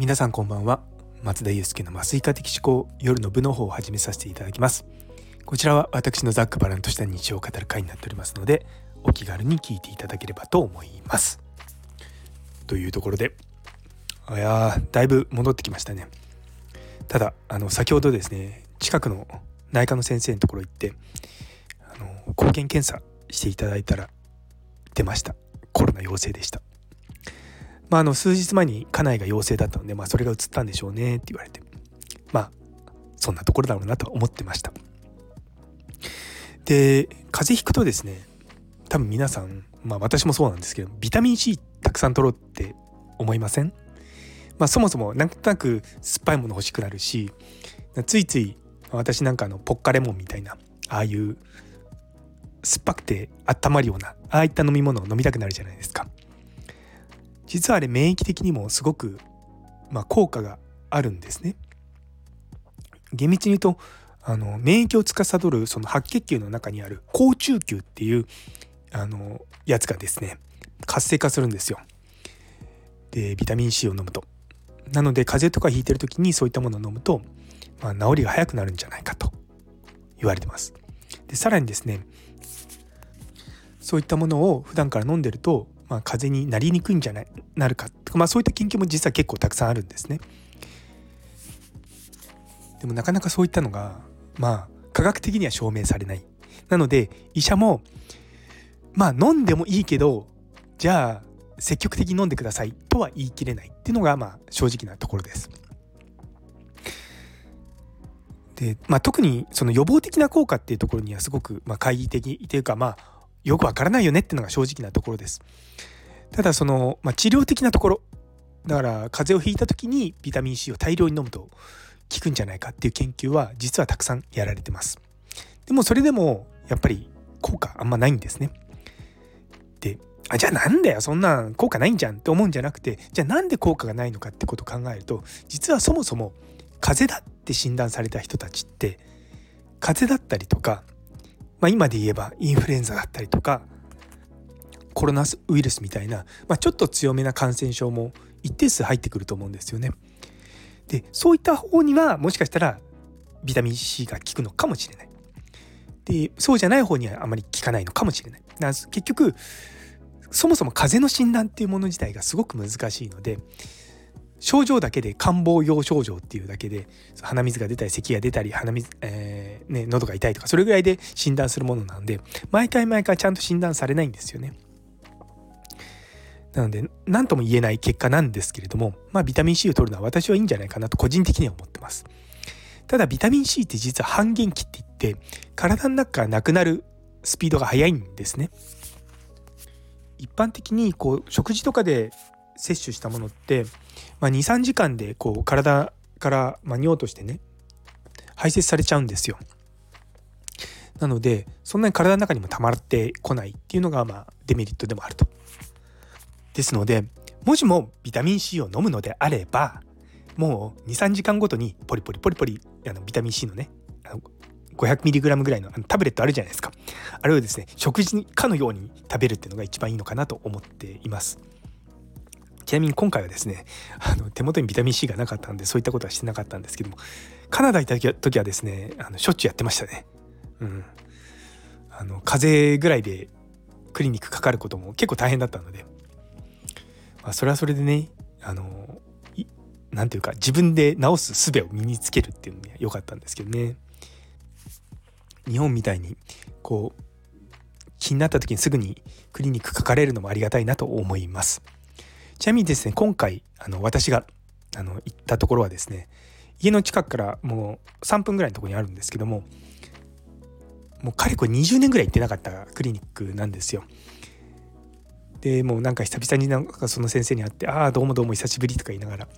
皆さんこんばんは。松田祐介の麻酔科的思考夜の部の方を始めさせていただきます。こちらは私のざっくばらんとした日常を語る回になっておりますので、お気軽に聞いていただければと思います。というところで、だいぶ戻ってきましたね。ただ先ほどですね、近くの内科の先生のところ行って抗原検査していただいたら出ました。コロナ陽性でした。数日前に家内が陽性だったので、それが移ったんでしょうねって言われて、そんなところだろうなと思ってました。で、風邪ひくとですね、多分皆さん、私もそうなんですけど、ビタミン C たくさん取ろうって思いません？そもそもなんとなく酸っぱいもの欲しくなるし、ついつい私なんかポッカレモンみたいな、ああいう酸っぱくて温まるようなああいった飲み物を飲みたくなるじゃないですか。実はあれ免疫的にもすごく効果があるんですね。厳密に言うと免疫を司るその白血球の中にある好中球っていうやつがですね活性化するんですよ。でビタミン C を飲むと、なので風邪とかひいてる時にそういったものを飲むと、治りが早くなるんじゃないかと言われてます。でさらにですね、そういったものを普段から飲んでると風邪になりにくいんじゃなるかとか、そういった研究も実は結構たくさんあるんですね。でもなかなかそういったのが科学的には証明されない。なので医者も飲んでもいいけど、じゃあ積極的に飲んでくださいとは言い切れないっていうのが正直なところです。で、特にその予防的な効果っていうところにはすごく懐疑的というかよくわからないよねっていうのが正直なところです。ただその、治療的なところだから、風邪をひいた時にビタミン C を大量に飲むと効くんじゃないかっていう研究は実はたくさんやられてます。でもそれでもやっぱり効果あんまないんですね。で、じゃあなんだよそんな効果ないんじゃんって思うんじゃなくて、じゃあなんで効果がないのかってことを考えると、実はそもそも風邪だって診断された人たちって風邪だったりとか、今で言えばインフルエンザだったりとかコロナウイルスみたいな、ちょっと強めな感染症も一定数入ってくると思うんですよね。でそういった方にはもしかしたらビタミン C が効くのかもしれない。でそうじゃない方にはあまり効かないのかもしれない。結局そもそも風邪の診断っていうもの自体がすごく難しいので、症状だけで感冒用症状っていうだけで鼻水が出たり咳が出たり喉が痛いとか、それぐらいで診断するものなので、毎回ちゃんと診断されないんですよね。なので何とも言えない結果なんですけれども、ビタミン C を取るのは私はいいんじゃないかなと個人的には思ってます。ただビタミン C って実は半減期って言って体の中からなくなるスピードが速いんですね。一般的に食事とかで摂取したものって、2,3 時間で体から尿としてね排泄されちゃうんですよ。なのでそんなに体の中にも溜まってこないっていうのがデメリットでもあると。ですので、もしもビタミン C を飲むのであれば、もう 2,3 時間ごとにポリポリビタミン C のね500mg ぐらいのタブレットあるじゃないですか。あれをですね食事かのように食べるっていうのが一番いいのかなと思っています。ちなみに今回はですね手元にビタミン C がなかったんでそういったことはしてなかったんですけども、カナダ行った時はですねしょっちゅうやってましたね。風邪ぐらいでクリニックかかることも結構大変だったので、それはそれでねなんていうか自分で治す術を身につけるっていうのが良かったんですけどね。日本みたいに気になった時にすぐにクリニックかかれるのもありがたいなと思います。ちなみにですね、今回私が行ったところはですね、家の近くからもう3分ぐらいのところにあるんですけども、もうかれこれ20年ぐらい行ってなかったクリニックなんですよ。でもう久々にその先生に会って、どうも久しぶりとか言いながら、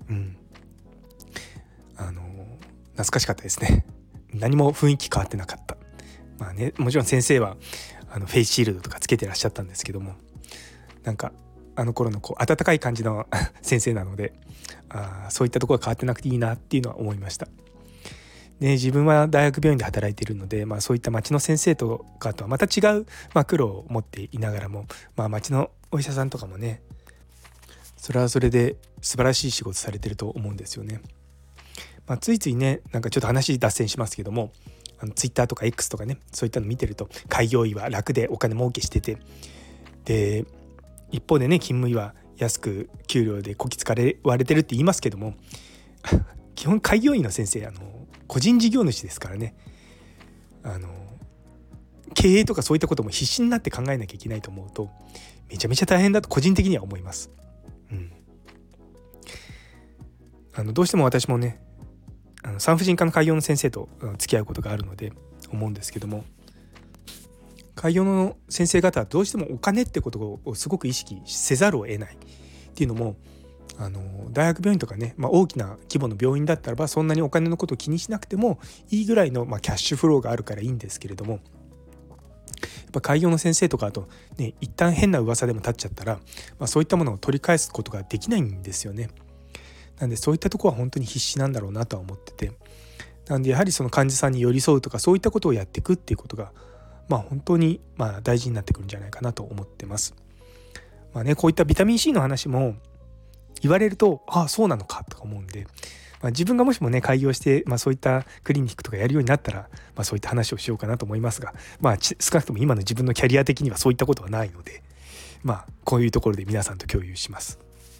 懐かしかったですね。何も雰囲気変わってなかった。もちろん先生はフェイスシールドとかつけてらっしゃったんですけども、あの頃の温かい感じの先生なので、そういったところが変わってなくていいなっていうのは思いました。で自分は大学病院で働いているので、そういった町の先生とかとはまた違う、苦労を持っていながらも、町のお医者さんとかもねそれはそれで素晴らしい仕事されてると思うんですよね。ついついね、なんかちょっと話脱線しますけども、ツイッターとか X とかね、そういったの見てると、開業医は楽でお金儲けしてて、で一方でね、勤務医は安く給料でこき使われてるって言いますけども基本開業医の先生個人事業主ですからね、経営とかそういったことも必死になって考えなきゃいけないと思うと、めちゃめちゃ大変だと個人的には思います。どうしても私もね、産婦人科の開業の先生と付き合うことがあるので思うんですけども、開業の先生方はどうしてもお金ってことをすごく意識せざるを得ないっていうのも、大学病院とかね、大きな規模の病院だったらばそんなにお金のことを気にしなくてもいいぐらいの、キャッシュフローがあるからいいんですけれども、やっぱ開業の先生とかあとね、一旦変な噂でも立っちゃったら、そういったものを取り返すことができないんですよね。なんでそういったところは本当に必死なんだろうなとは思ってて、なんでやはりその患者さんに寄り添うとかそういったことをやっていくっていうことが本当に大事になってくるんじゃないかなと思ってます。こういったビタミン C の話も言われると、ああそうなのかとか思うんで、自分がもしもね開業して、そういったクリニックとかやるようになったら、そういった話をしようかなと思いますが、少なくとも今の自分のキャリア的にはそういったことはないので、こういうところで皆さんと共有します。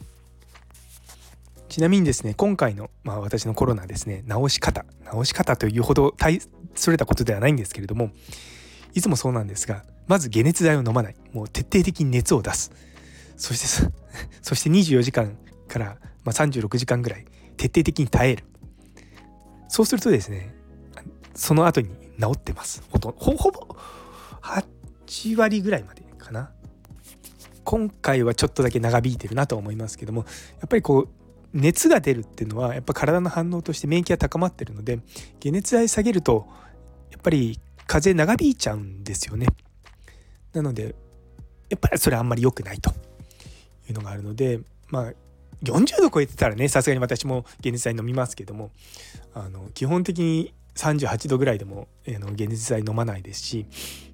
ちなみにですね、今回の、私のコロナですね、治し方というほど大それたことではないんですけれども、いつもそうなんですが、まず解熱剤を飲まない、もう徹底的に熱を出す、そして24時間から36時間ぐらい徹底的に耐える。そうするとですね、その後に治ってます。ほぼ8割ぐらいまでかな。今回はちょっとだけ長引いてるなと思いますけども、やっぱり熱が出るっていうのはやっぱ体の反応として免疫が高まってるので、解熱剤下げるとやっぱり風邪長引いちゃうんですよね。なのでやっぱりそれあんまり良くないというのがあるので、40度超えてたらね、さすがに私も解熱剤飲みますけども、基本的に38度ぐらいでも解熱剤飲まないですし、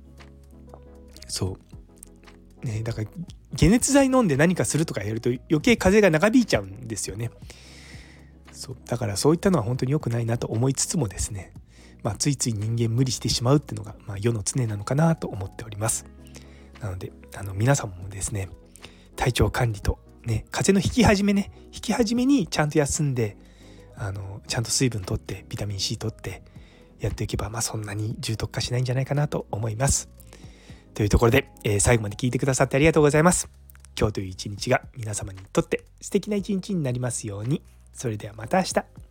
そうね、だから解熱剤飲んで何かするとかやると余計風邪が長引いちゃうんですよね。だからそういったのは本当に良くないなと思いつつもですね、ついつい人間無理してしまうっていうのが、世の常なのかなと思っております。なので皆さんもですね、体調管理とね、風邪の引き始めにちゃんと休んで、ちゃんと水分取ってビタミン C 取ってやっていけば、そんなに重篤化しないんじゃないかなと思います。というところで、最後まで聞いてくださってありがとうございます。今日という一日が皆様にとって素敵な一日になりますように。それではまた明日。